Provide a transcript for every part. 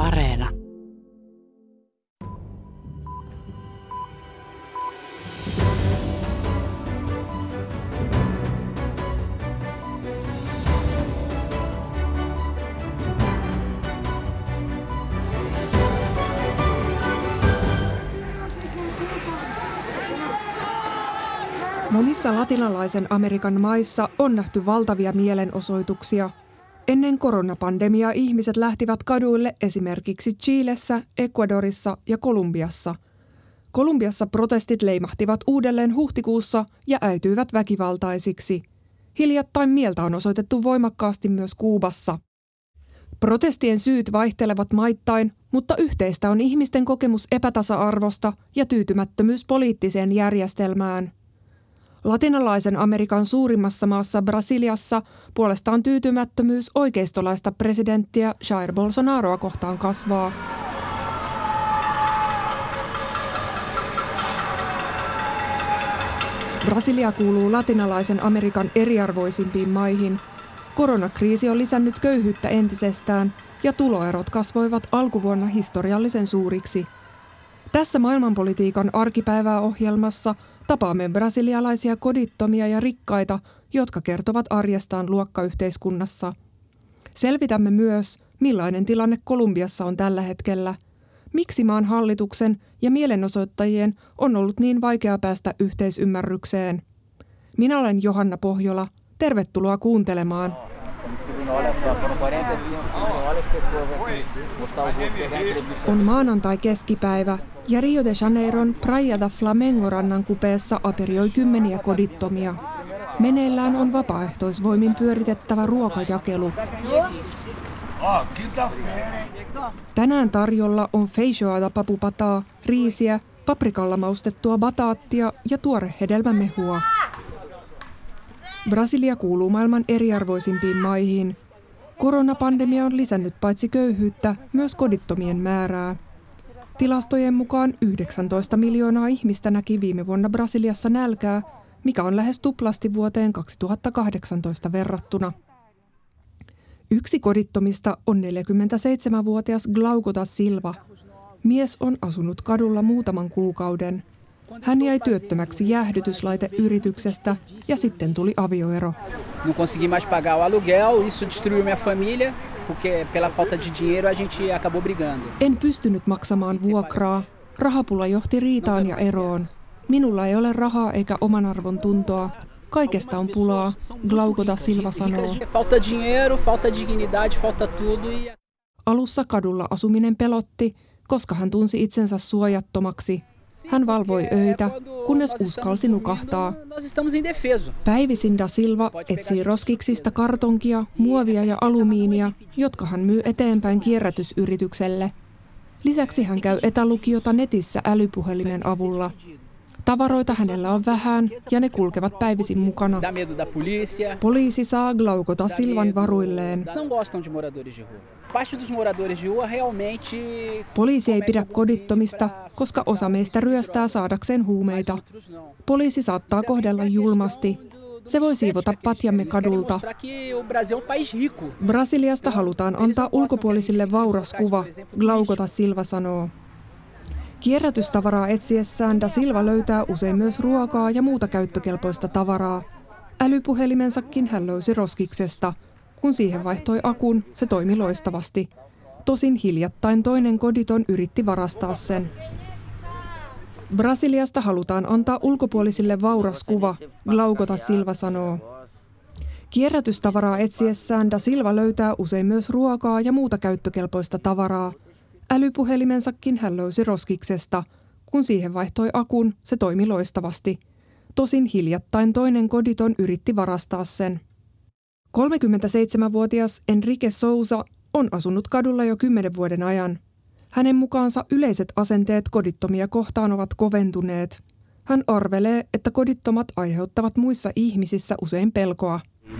Areena. Monissa latinalaisen Amerikan maissa on nähty valtavia mielenosoituksia. Ennen koronapandemiaa ihmiset lähtivät kaduille esimerkiksi Chilessä, Ecuadorissa ja Kolumbiassa. Kolumbiassa protestit leimahtivat uudelleen huhtikuussa ja äityivät väkivaltaisiksi. Hiljattain mieltä on osoitettu voimakkaasti myös Kuubassa. Protestien syyt vaihtelevat maittain, mutta yhteistä on ihmisten kokemus epätasa-arvosta ja tyytymättömyys poliittiseen järjestelmään. Latinalaisen Amerikan suurimmassa maassa Brasiliassa puolestaan tyytymättömyys oikeistolaista presidenttiä Jair Bolsonaroa kohtaan kasvaa. Brasilia kuuluu latinalaisen Amerikan eriarvoisimpiin maihin. Koronakriisi on lisännyt köyhyyttä entisestään ja tuloerot kasvoivat alkuvuonna historiallisen suuriksi. Tässä maailmanpolitiikan arkipäivää ohjelmassa tapaamme brasilialaisia kodittomia ja rikkaita, jotka kertovat arjestaan luokkayhteiskunnassa. Selvitämme myös, millainen tilanne Kolumbiassa on tällä hetkellä. Miksi maan hallituksen ja mielenosoittajien on ollut niin vaikea päästä yhteisymmärrykseen? Minä olen Johanna Pohjola. Tervetuloa kuuntelemaan. On maanantai keskipäivä ja Rio de Janeiron Praia da Flamengo rannan kupeessa aterioi kymmeniä kodittomia. Meneillään on vapaaehtoisvoimin pyöritettävä ruokajakelu. Tänään tarjolla on feijoada papupataa, riisiä, paprikalla maustettua bataattia ja tuorehedelmämehua. Brasilia kuuluu maailman eriarvoisimpiin maihin. Koronapandemia on lisännyt paitsi köyhyyttä, myös kodittomien määrää. Tilastojen mukaan 19 miljoonaa ihmistä näki viime vuonna Brasiliassa nälkää, mikä on lähes tuplasti vuoteen 2018 verrattuna. Yksi kodittomista on 47-vuotias Glauco da Silva. Mies on asunut kadulla muutaman kuukauden. Hän jäi työttömäksi jäähdytyslaiteyrityksestä ja sitten tuli avioero. Não consegui mais pagar o aluguel, isso destruiu minha família, porque pela falta de dinheiro a gente acabou brigando. En pystynyt maksamaan vuokraa. Rahapula johti riitaan ja eroon. Minulla ei ole rahaa eikä omanarvon tuntoa. Kaikesta on pulaa, Glauco da Silva sanoo. Falta dinheiro, falta dignidade, falta tudo. Alussa kadulla asuminen pelotti, koska hän tunsi itsensä suojattomaksi. Hän valvoi öitä, kunnes uskalsi nukahtaa. Päivisin da Silva etsii roskiksista kartonkia, muovia ja alumiinia, jotka hän myy eteenpäin kierrätysyritykselle. Lisäksi hän käy etälukiota netissä älypuhelimen avulla. Tavaroita hänellä on vähän ja ne kulkevat päivisin mukana. Poliisi saa Glauco da Silvan varuilleen. Poliisi ei pidä kodittomista, koska osa meistä ryöstää saadakseen huumeita. Poliisi saattaa kohdella julmasti. Se voi siivota patjamme kadulta. Brasiliasta halutaan antaa ulkopuolisille vauras kuva, Glauco da Silva sanoo. Kierrätystavaraa etsiessään da Silva löytää usein myös ruokaa ja muuta käyttökelpoista tavaraa. Älypuhelimensakin hän löysi roskiksesta. Kun siihen vaihtoi akun, se toimi loistavasti. Tosin hiljattain toinen koditon yritti varastaa sen. Brasiliasta halutaan antaa ulkopuolisille vauras kuva, Glauco da Silva sanoo. Kierrätystavaraa etsiessään da Silva löytää usein myös ruokaa ja muuta käyttökelpoista tavaraa. Älypuhelimensakin hän löysi roskiksesta. Kun siihen vaihtoi akun, se toimi loistavasti. Tosin hiljattain toinen koditon yritti varastaa sen. 37-vuotias Enrique Souza on asunut kadulla jo 10 vuoden ajan. Hänen mukaansa yleiset asenteet kodittomia kohtaan ovat koventuneet. Hän arvelee, että kodittomat aiheuttavat muissa ihmisissä usein pelkoa.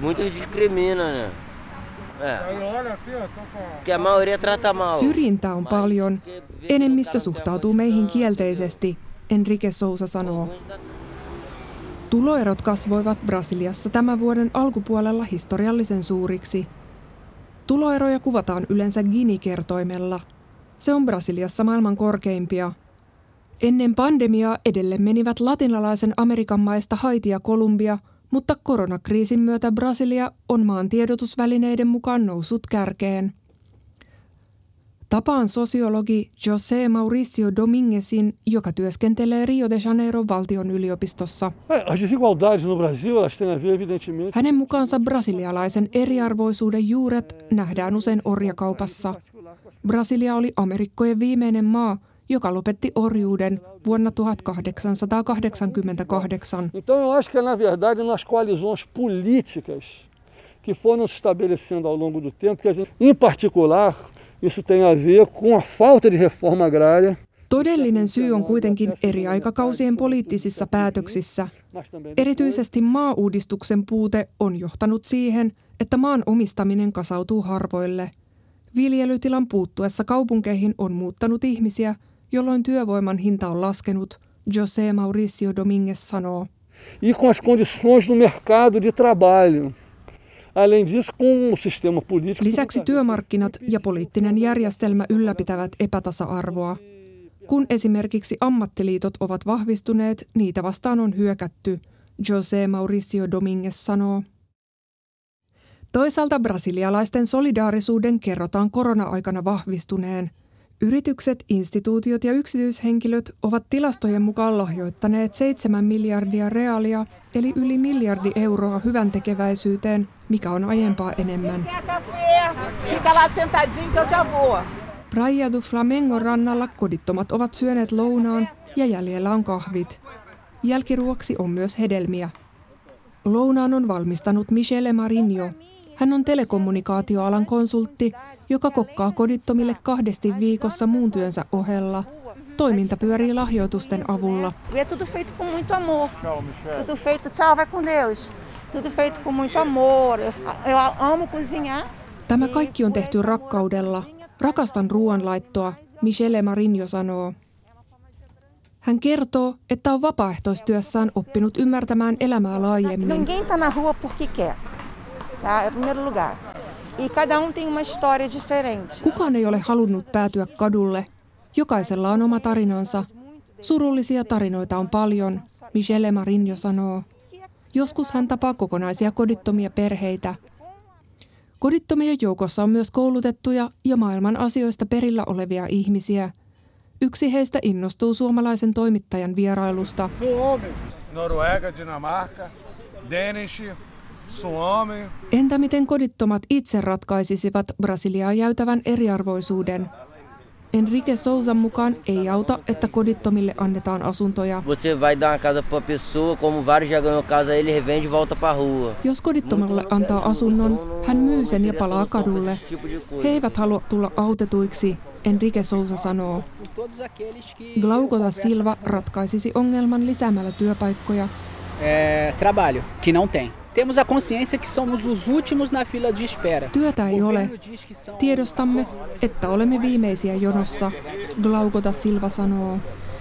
Syrjintää on paljon. Enemmistö suhtautuu meihin kielteisesti, Enrique Souza sanoo. Tuloerot kasvoivat Brasiliassa tämän vuoden alkupuolella historiallisen suuriksi. Tuloeroja kuvataan yleensä Gini-kertoimella. Se on Brasiliassa maailman korkeimpia. Ennen pandemiaa edelle menivät latinalaisen Amerikan maista Haiti ja Kolumbia, mutta koronakriisin myötä Brasilia on maan tiedotusvälineiden mukaan noussut kärkeen. Tapaan sosiologi José Mauricio Dominguezin, joka työskentelee Rio de Janeiron valtion yliopistossa. Hänen mukaansa brasilialaisen eriarvoisuuden juuret nähdään usein orjakaupassa. Brasilia oli Amerikkojen viimeinen maa, joka lopetti orjuuden vuonna 1888. Então eu acho que na verdade nas coalizões políticas que foram se estabelecendo ao longo do tempo, que em particular isso tem a ver com a falta de reforma agrária. Todellinen syy on kuitenkin eri aikakausien poliittisissa päätöksissä. Erityisesti maauudistuksen puute on johtanut siihen, että maan omistaminen kasautuu harvoille. Viljelytilan puuttuessa kaupunkeihin on muuttanut ihmisiä, jolloin työvoiman hinta on laskenut, José Mauricio Dominguez sanoo. E com as condições do mercado de trabalho. Além disso, com o sistema político. Lisäksi työmarkkinat ja poliittinen järjestelmä ylläpitävät epätasa-arvoa. Kun esimerkiksi ammattiliitot ovat vahvistuneet, niitä vastaan on hyökätty, José Mauricio Dominguez sanoo. Toisaalta brasilialaisten solidaarisuuden kerrotaan korona-aikana vahvistuneen. Yritykset, instituutiot ja yksityishenkilöt ovat tilastojen mukaan lahjoittaneet 7 miljardia reaalia, eli yli miljardi euroa hyväntekeväisyyteen, mikä on aiempaa enemmän. Praia do Flamengon rannalla kodittomat ovat syöneet lounaan ja jäljellä on kahvit. Jälkiruoksi on myös hedelmiä. Lounaan on valmistanut Michele Marinho. Hän on telekommunikaatioalan konsultti, joka kokkaa kodittomille 2 viikossa muun työnsä ohella. Toiminta pyörii lahjoitusten avulla. Tudo feito com muito amor. Tudo feito, tchau, vai com Deus. Tudo feito com muito amor. Eu amo cozinhar. Tämä kaikki on tehty rakkaudella. Rakastan ruoanlaittoa, Michele Marinho sanoo. Hän kertoo, että on vapaaehtoistyössään oppinut ymmärtämään elämää laajemmin. Ninguém tá na rua porque quer. Tá? Em primeiro lugar. E cada tem uma história diferente. Kukaan ei ole halunnut päätyä kadulle. Jokaisella on oma tarinansa. Surullisia tarinoita on paljon, Michele Marinho sanoo. Joskus hän tapaa kokonaisia kodittomia perheitä. Kodittomien joukossa on myös koulutettuja ja maailman asioista perillä olevia ihmisiä. Yksi heistä innostuu suomalaisen toimittajan vierailusta. Noruega, Dinamarca, Danish, Suomi. Entä miten kodittomat itse ratkaisisivat Brasiliaa jäytävän eriarvoisuuden? Enrique Souzan mukaan ei auta, että kodittomille annetaan asuntoja. Jos kodittomalle antaa asunnon, hän myy sen ja palaa kadulle. He eivät halua tulla autetuiksi, Enrique Souza sanoo. Glauco da Silva ratkaisisi ongelman lisäämällä työpaikkoja. Trabalho, que não tem. Temos a consciência que somos os últimos na fila de espera. Työtä ei ole. Tiedostamme, että olemme viimeisiä jonossa, Glauco da Silva sanoo.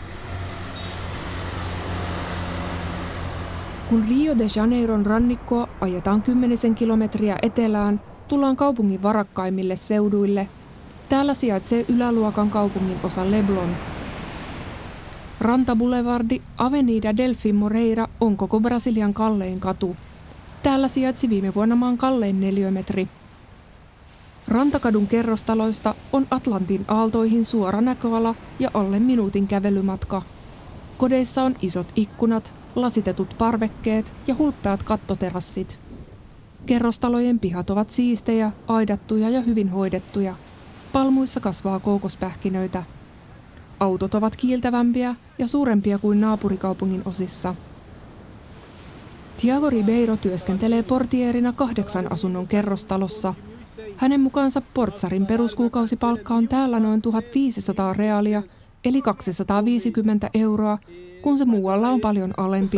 Kun Rio de Janeiron rannikkoa ajetaan 10 kilometriä etelään, tullaan kaupungin varakkaimmille seuduille. Täällä sijaitsee yläluokan kaupungin osa Leblon. Rantaboulevardi Avenida Delfim Moreira on koko Brasilian kallein katu. Täällä sijaitsi viime vuonna maan kallein neliömetri. Rantakadun kerrostaloista on Atlantin aaltoihin suora näköala ja alle minuutin kävelymatka. Kodeissa on isot ikkunat, lasitetut parvekkeet ja hulppeat kattoterassit. Kerrostalojen pihat ovat siistejä, aidattuja ja hyvin hoidettuja. Palmuissa kasvaa kookospähkinöitä. Autot ovat kiiltävämpiä ja suurempia kuin naapurikaupungin osissa. Thiago Ribeiro työskentelee portierina 8 asunnon kerrostalossa. Hänen mukaansa portsarin peruskuukausipalkka on täällä noin 1500 reaalia, eli 250 euroa, kun se muualla on paljon alempi.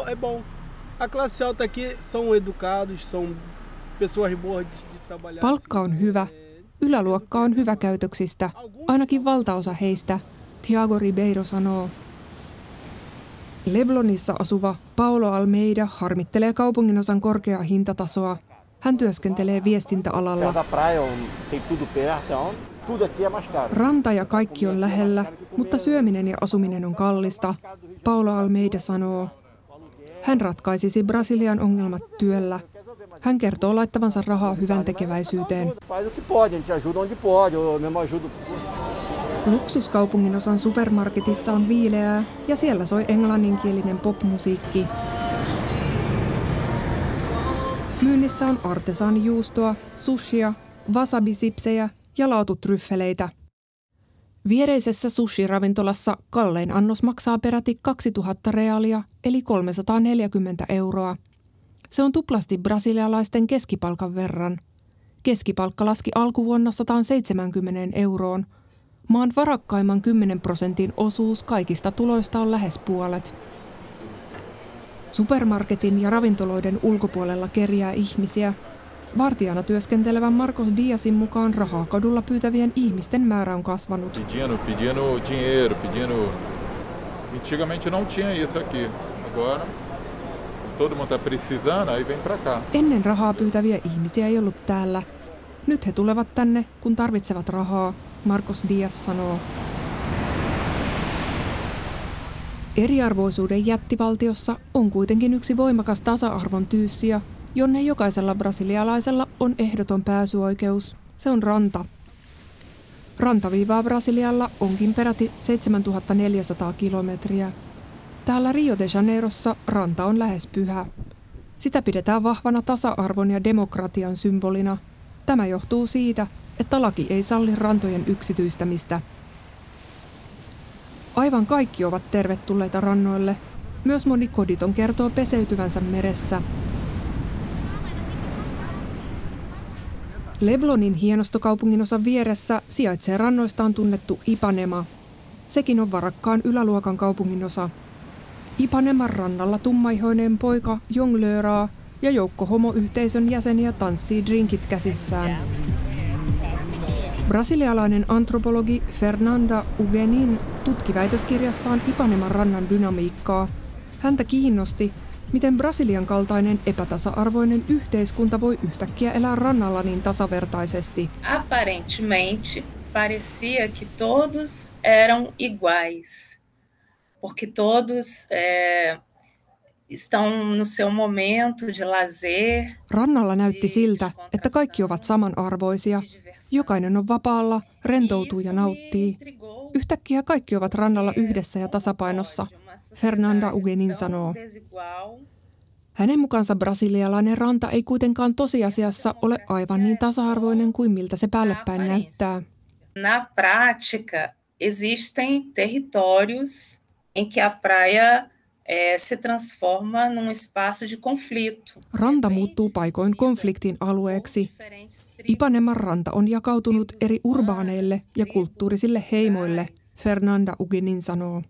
Palkka on hyvä. Yläluokka on hyväkäytöksistä, ainakin valtaosa heistä, Thiago Ribeiro sanoo. Leblonissa asuva Paulo Almeida harmittelee kaupunginosan korkeaa hintatasoa. Hän työskentelee viestintäalalla. Ranta ja kaikki on lähellä, mutta syöminen ja asuminen on kallista, Paulo Almeida sanoo. Hän ratkaisisi Brasilian ongelmat työllä. Hän kertoo laittavansa rahaa hyväntekeväisyyteen. Luksuskaupungin osan supermarketissa on viileää ja siellä soi englanninkielinen popmusiikki. Myynnissä on artesaanijuustoa, sushia, wasabisipsejä ja laatutryffeleitä. Viereisessä sushi-ravintolassa kallein annos maksaa peräti 2000 reaalia eli 340 €. Se on tuplasti brasilialaisten keskipalkan verran. Keskipalkka laski alkuvuonna 170 €. Maan varakkaimman 10% osuus kaikista tuloista on lähes puolet. Supermarketin ja ravintoloiden ulkopuolella kerjää ihmisiä. Vartijana työskentelevän Marcos Diazin mukaan rahaa kadulla pyytävien ihmisten määrä on kasvanut. Pedindo dinheiro, Antigamente não tinha isso aqui. Agora todo mundo tá precisando, aí vem pra cá. Ennen rahaa pyytäviä ihmisiä ei ollut täällä. Nyt he tulevat tänne, kun tarvitsevat rahaa, Marcos Diaz sanoo. Eriarvoisuuden jättivaltiossa on kuitenkin yksi voimakas tasa-arvon tyyssija, jonne jokaisella brasilialaisella on ehdoton pääsyoikeus. Se on ranta. Rantaviivaa Brasilialla onkin peräti 7400 kilometriä. Täällä Rio de Janeirossa ranta on lähes pyhä. Sitä pidetään vahvana tasa-arvon ja demokratian symbolina. Tämä johtuu siitä, että laki ei salli rantojen yksityistämistä. Aivan kaikki ovat tervetulleita rannoille. Myös moni koditon kertoo peseytyvänsä meressä. Leblonin hienostokaupungin osan vieressä sijaitsee rannoistaan tunnettu Ipanema. Sekin on varakkaan yläluokan kaupungin osa. Ipaneman rannalla tummaihoinen poika jonglööraa ja joukko homoyhteisön jäseniä tanssii drinkit käsissään. Brasilialainen antropologi Fernanda Ugenin tutki väitöskirjassaan Ipaneman rannan dynamiikkaa. Häntä kiinnosti, miten Brasilian kaltainen epätasa-arvoinen yhteiskunta voi yhtäkkiä elää rannalla niin tasavertaisesti. Aparentemente, parecia que todos eram iguais, porque todos estão no seu momento de lazer. Rannalla näytti siltä, että kaikki ovat samanarvoisia. Jokainen on vapaalla, rentoutuu ja nauttii. Yhtäkkiä kaikki ovat rannalla yhdessä ja tasapainossa, Fernanda Ugenin sanoo. Hänen mukaansa brasilialainen ranta ei kuitenkaan tosiasiassa ole aivan niin tasa-arvoinen kuin miltä se päällepäin näyttää. Na prática, existem territórios em que a praia se transforma num espaço de conflito. Ranta muuttuu paikoin konfliktin alueeksi. Ipaneman ranta on jakautunut eri urbaaneille ja kulttuurisille heimoille, Fernanda Ugenin sanoo.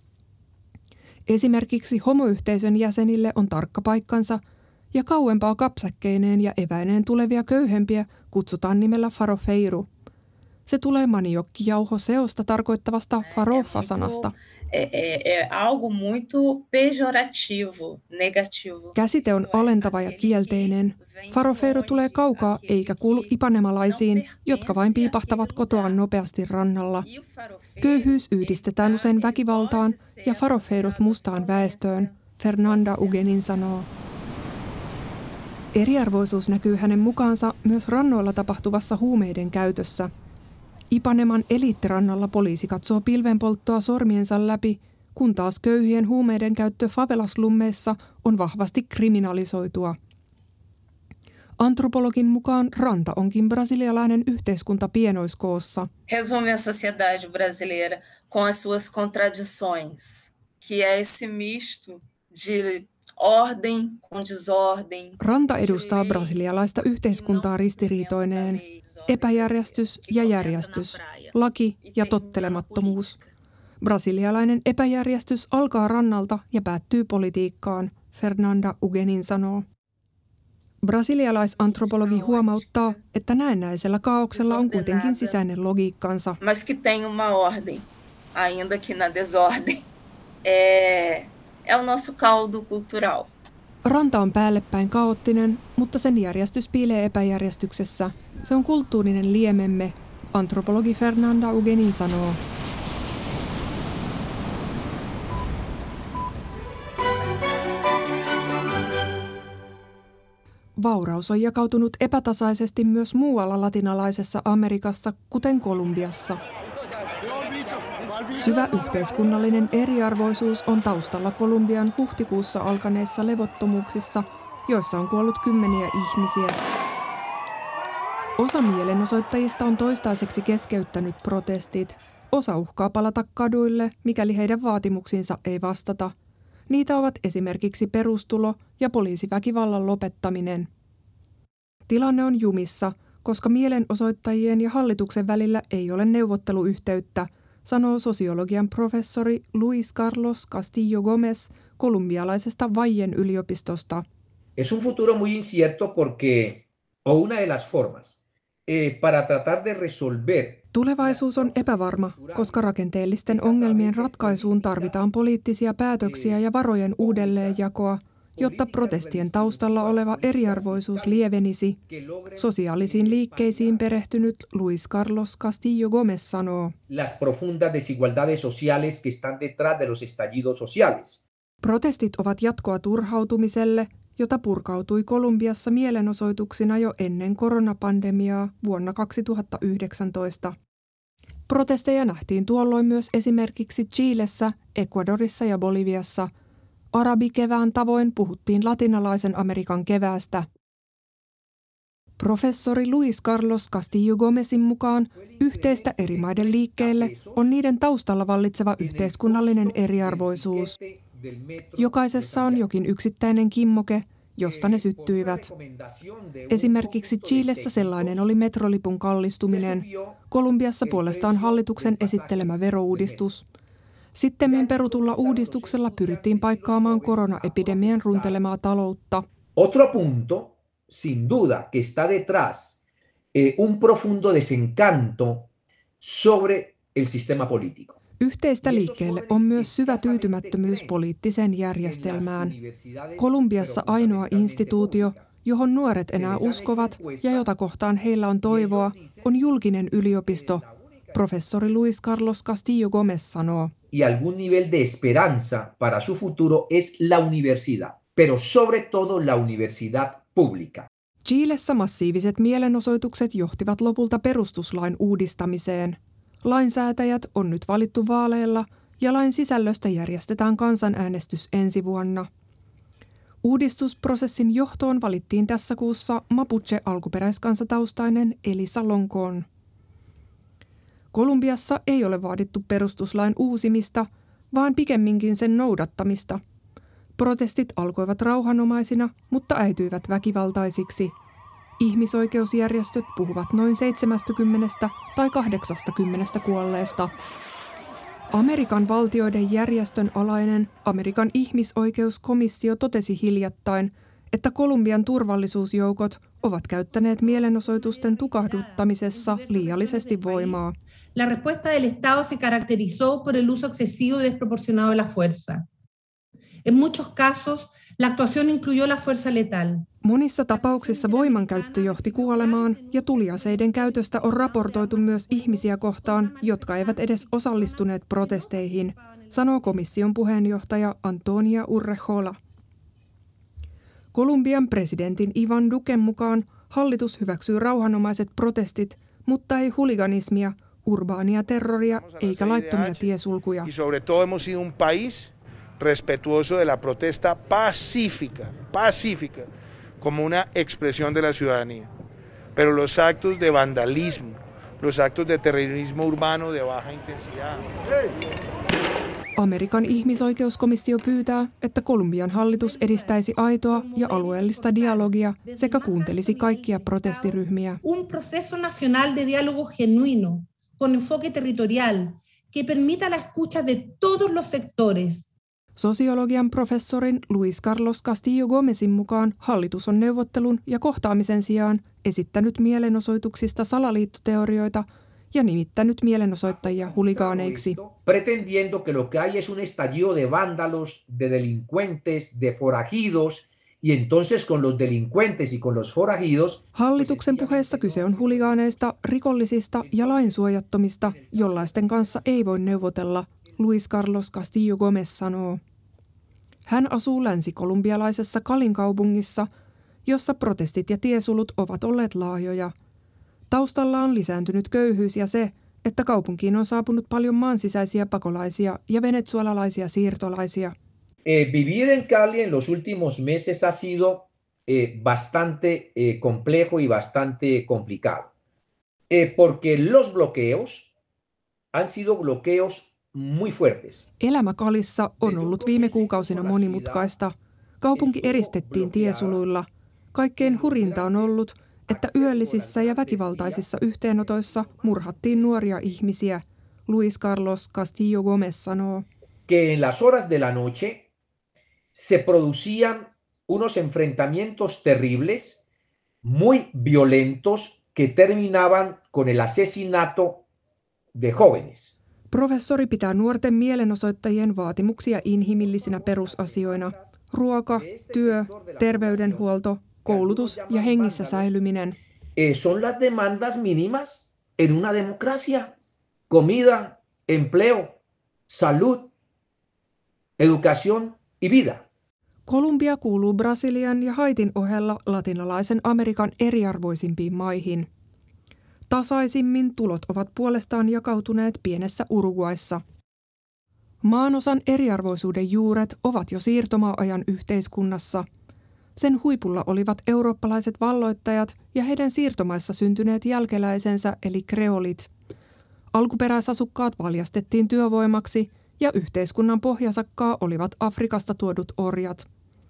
Esimerkiksi homoyhteisön jäsenille on tarkka paikkansa ja kauempaa kapsäkkeineen ja eväineen tulevia köyhempiä kutsutaan nimellä farofeiru. Se tulee maniokkijauhoseosta tarkoittavasta farofa-sanasta. Algo muito pejorativo, negativo. Käsite on alentava ja kielteinen. Farofeiru tulee kaukaa eikä kuulu ipanemalaisiin, jotka vain piipahtavat kotoaan nopeasti rannalla. Köyhyys yhdistetään usein väkivaltaan ja farofeirut mustaan väestöön, Fernanda Ugenin sanoo. Eriarvoisuus näkyy hänen mukaansa myös rannoilla tapahtuvassa huumeiden käytössä. Ipaneman eliittirannalla poliisi katsoo pilvenpolttoa sormiensa läpi, kun taas köyhien huumeiden käyttö favelaslummeissa on vahvasti kriminalisoitua. Antropologin mukaan ranta onkin brasilialainen yhteiskunta pienoiskoossa. Resume a sociedade brasileira com as suas contradições, que é esse misto de ordem com desordem. Ranta edustaa brasilialaista yhteiskuntaa ristiriitoineen. Epäjärjestys ja järjestys, laki ja tottelemattomuus. Brasilialainen epäjärjestys alkaa rannalta ja päättyy politiikkaan, Fernanda Ugenin sanoo. Brasilialaisantropologi huomauttaa, että näennäisellä kaauksella on kuitenkin sisäinen logiikkansa. Mas que tem uma ordem, ainda que na desordem. É o nosso caldo cultural. Ranta on päällepäin kaoottinen, mutta sen järjestys piilee epäjärjestyksessä. Se on kulttuurinen liememme, antropologi Fernanda Ugenin sanoo. Vauraus on jakautunut epätasaisesti myös muualla latinalaisessa Amerikassa, kuten Kolumbiassa. Syvä yhteiskunnallinen eriarvoisuus on taustalla Kolumbian huhtikuussa alkaneissa levottomuuksissa, joissa on kuollut kymmeniä ihmisiä. Osa mielenosoittajista on toistaiseksi keskeyttänyt protestit. Osa uhkaa palata kaduille, mikäli heidän vaatimuksiinsa ei vastata. Niitä ovat esimerkiksi perustulo ja poliisiväkivallan lopettaminen. Tilanne on jumissa, koska mielenosoittajien ja hallituksen välillä ei ole neuvotteluyhteyttä, sanoo sosiologian professori Luis Carlos Castillo Gómez kolumbialaisesta Vallen yliopistosta. Es un futuro muy incierto porque, o una de las formas, para tratar de resolver. Tulevaisuus on epävarma, koska rakenteellisten ongelmien ratkaisuun tarvitaan poliittisia päätöksiä ja varojen uudelleenjakoa, jotta protestien taustalla oleva eriarvoisuus lievenisi. Sosiaalisiin liikkeisiin perehtynyt Luis Carlos Castillo Gómez sanoo. Las profundas desigualdades sociales que están detrás de los estallidos sociales. Protestit ovat jatkoa turhautumiselle, jota purkautui Kolumbiassa mielenosoituksina jo ennen koronapandemiaa vuonna 2019. Protesteja nähtiin tuolloin myös esimerkiksi Chilessä, Ecuadorissa ja Boliviassa. Arabikevään tavoin puhuttiin latinalaisen Amerikan keväästä. Professori Luis Carlos Castillo Gómezin mukaan yhteistä eri maiden liikkeille on niiden taustalla vallitseva yhteiskunnallinen eriarvoisuus. Jokaisessa on jokin yksittäinen kimmoke, josta ne syttyivät. Esimerkiksi Chilessä sellainen oli metrolipun kallistuminen, Kolumbiassa puolestaan hallituksen esittelemä verouudistus. Sittemmin perutulla uudistuksella pyrittiin paikkaamaan koronaepidemian runtelemaa taloutta. Otro punto, sin duda, que está detrás, un profundo desencanto sobre el sistema político. Yhteistä liikkeelle on myös syvä tyytymättömyys poliittiseen järjestelmään. Kolumbiassa ainoa instituutio, johon nuoret enää uskovat ja jota kohtaan heillä on toivoa, on julkinen yliopisto, professori Luis Carlos Castillo Gómez sanoo. Y algún nivel de esperanza para su futuro es la universidad, pero sobre todo la universidad pública. Chilessä massiiviset mielenosoitukset johtivat lopulta perustuslain uudistamiseen. Lainsäätäjät on nyt valittu vaaleilla ja lain sisällöstä järjestetään kansanäänestys ensi vuonna. Uudistusprosessin johtoon valittiin tässä kuussa Mapuche-alkuperäiskansataustainen Elisa Loncón. Kolumbiassa ei ole vaadittu perustuslain uusimista, vaan pikemminkin sen noudattamista. Protestit alkoivat rauhanomaisina, mutta äityivät väkivaltaisiksi. Ihmisoikeusjärjestöt puhuvat noin 70 tai 80 kuolleesta. Amerikan valtioiden järjestön alainen Amerikan ihmisoikeuskomissio totesi hiljattain, että Kolumbian turvallisuusjoukot ovat käyttäneet mielenosoitusten tukahduttamisessa liiallisesti voimaa. La respuesta del Estado se caracterizó por el uso excesivo y desproporcionado de la fuerza. En muchos casos, la actuación incluyó la fuerza letal. Monissa tapauksissa voimankäyttö johti kuolemaan ja tuliaseiden käytöstä on raportoitu myös ihmisiä kohtaan, jotka eivät edes osallistuneet protesteihin, sanoo komission puheenjohtaja Antonia Urrejola. Kolumbian presidentin Ivan Duquen mukaan hallitus hyväksyy rauhanomaiset protestit, mutta ei huliganismia, urbaania terroria eikä laittomia tiesulkuja. Y sobre todo hemos sido un país respetuoso de la protesta pacífica, como una expresión de la ciudadanía. Pero los actos de vandalismo, los actos de terrorismo urbano de baja intensidad. Amerikan ihmisoikeuskomissio pyytää, että Kolumbian hallitus edistäisi aitoa ja alueellista dialogia sekä kuuntelisi kaikkia protestiryhmiä. Un proceso nacional de diálogo genuino, con enfoque territorial, que permita la escucha de todos los sectores. Sosiologian professorin Luis Carlos Castillo Gómezin mukaan hallitus on neuvottelun ja kohtaamisen sijaan esittänyt mielenosoituksista salaliittoteorioita ja nimittänyt mielenosoittajia huligaaneiksi. Pretendiendo que lo que hay es un estallido de vándalos, de delincuentes, de forajidos Y entonces con los delincuentes y con los forajidos... Hallituksen puheessa kyse on huligaaneista, rikollisista ja lainsuojattomista, jollaisten kanssa ei voi neuvotella, Luis Carlos Castillo Gómez sanoo. Hän asuu länsikolumbialaisessa Calin kaupungissa, jossa protestit ja tiesulut ovat olleet laajoja. Taustalla on lisääntynyt köyhyys ja se, että kaupunkiin on saapunut paljon maansisäisiä pakolaisia ja venezuelalaisia siirtolaisia. Vivir en Cali en los últimos meses ha sido bastante complejo y bastante complicado, porque los bloqueos han sido bloqueos muy fuertes. Elämä Calissa on ollut viime kuukausina monimutkaista. Kaupunki eristettiin tiesuluilla. Kaikkein hurjinta on ollut, että yöllisissä ja väkivaltaisissa yhteenotoissa murhattiin nuoria ihmisiä, Luis Carlos Castillo Gómez sanoo. Que en las horas de la noche se producían unos enfrentamientos terribles, muy violentos, que terminaban con el asesinato de jóvenes. Professori pitää nuorten mielenosoittajien vaatimuksia inhimillisinä perusasioina. Ruoka, työ, terveydenhuolto, koulutus ja hengissä säilyminen. Son las demandas mínimas en una democracia. Comida, empleo, salud, educación y vida. Kolumbia kuuluu Brasilian ja Haitin ohella latinalaisen Amerikan eriarvoisimpiin maihin. Tasaisimmin tulot ovat puolestaan jakautuneet pienessä Uruguayssa. Maanosan eriarvoisuuden juuret ovat jo siirtomaa-ajan yhteiskunnassa. Sen huipulla olivat eurooppalaiset valloittajat ja heidän siirtomaissa syntyneet jälkeläisensä eli kreolit. Alkuperäisasukkaat valjastettiin työvoimaksi ja yhteiskunnan pohjasakkaa olivat Afrikasta tuodut orjat.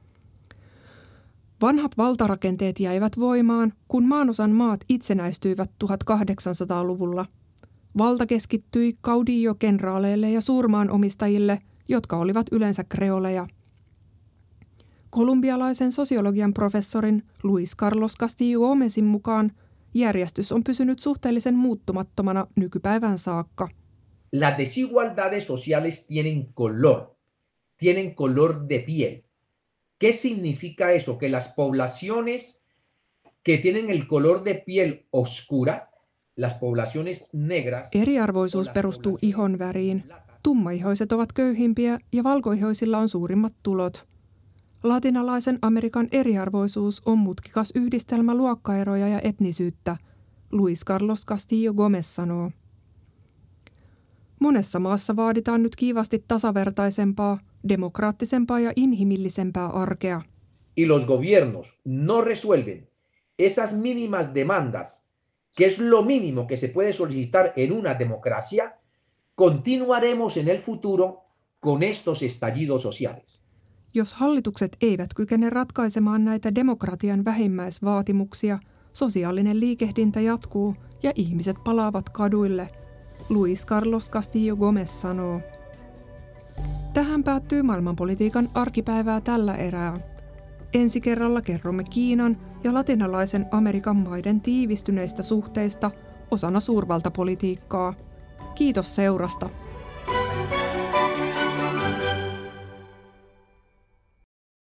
Vanhat valtarakenteet jäivät voimaan, kun maanosan maat itsenäistyivät 1800-luvulla. Valta keskittyi caudillo-kenraaleille ja suurmaanomistajille, jotka olivat yleensä kreoleja. Kolumbialaisen sosiologian professorin Luis Carlos Castillo Gómezin mukaan järjestys on pysynyt suhteellisen muuttumattomana nykypäivän saakka. Las desigualdades sociales tienen color de piel. ¿Qué significa eso? Que las poblaciones que tienen el color de piel oscura, las poblaciones negras... Eriarvoisuus perustuu ihonväriin. Tummaihoiset ovat köyhimpiä ja valkoihoisilla on suurimmat tulot. Latinalaisen Amerikan eriarvoisuus on mutkikas yhdistelmä luokkaeroja ja etnisyyttä, Luis Carlos Castillo Gómez sanoo. Monessa maassa vaaditaan nyt kiivasti tasavertaisempaa, demokraattisempaa ja inhimillisempää arkea. Y los gobiernos no resuelven esas mínimas demandas, que es lo mínimo que se puede solicitar en una democracia, continuaremos en el futuro con estos estallidos sociales. Jos hallitukset eivät kykene ratkaisemaan näitä demokratian vähimmäisvaatimuksia, sosiaalinen liikehdintä jatkuu ja ihmiset palaavat kaduille, Luis Carlos Castillo Gómez sanoo. Tähän päättyy maailmanpolitiikan arkipäivää tällä erää. Ensi kerralla kerromme Kiinan ja latinalaisen Amerikan maiden tiivistyneistä suhteista osana suurvaltapolitiikkaa. Kiitos seurasta!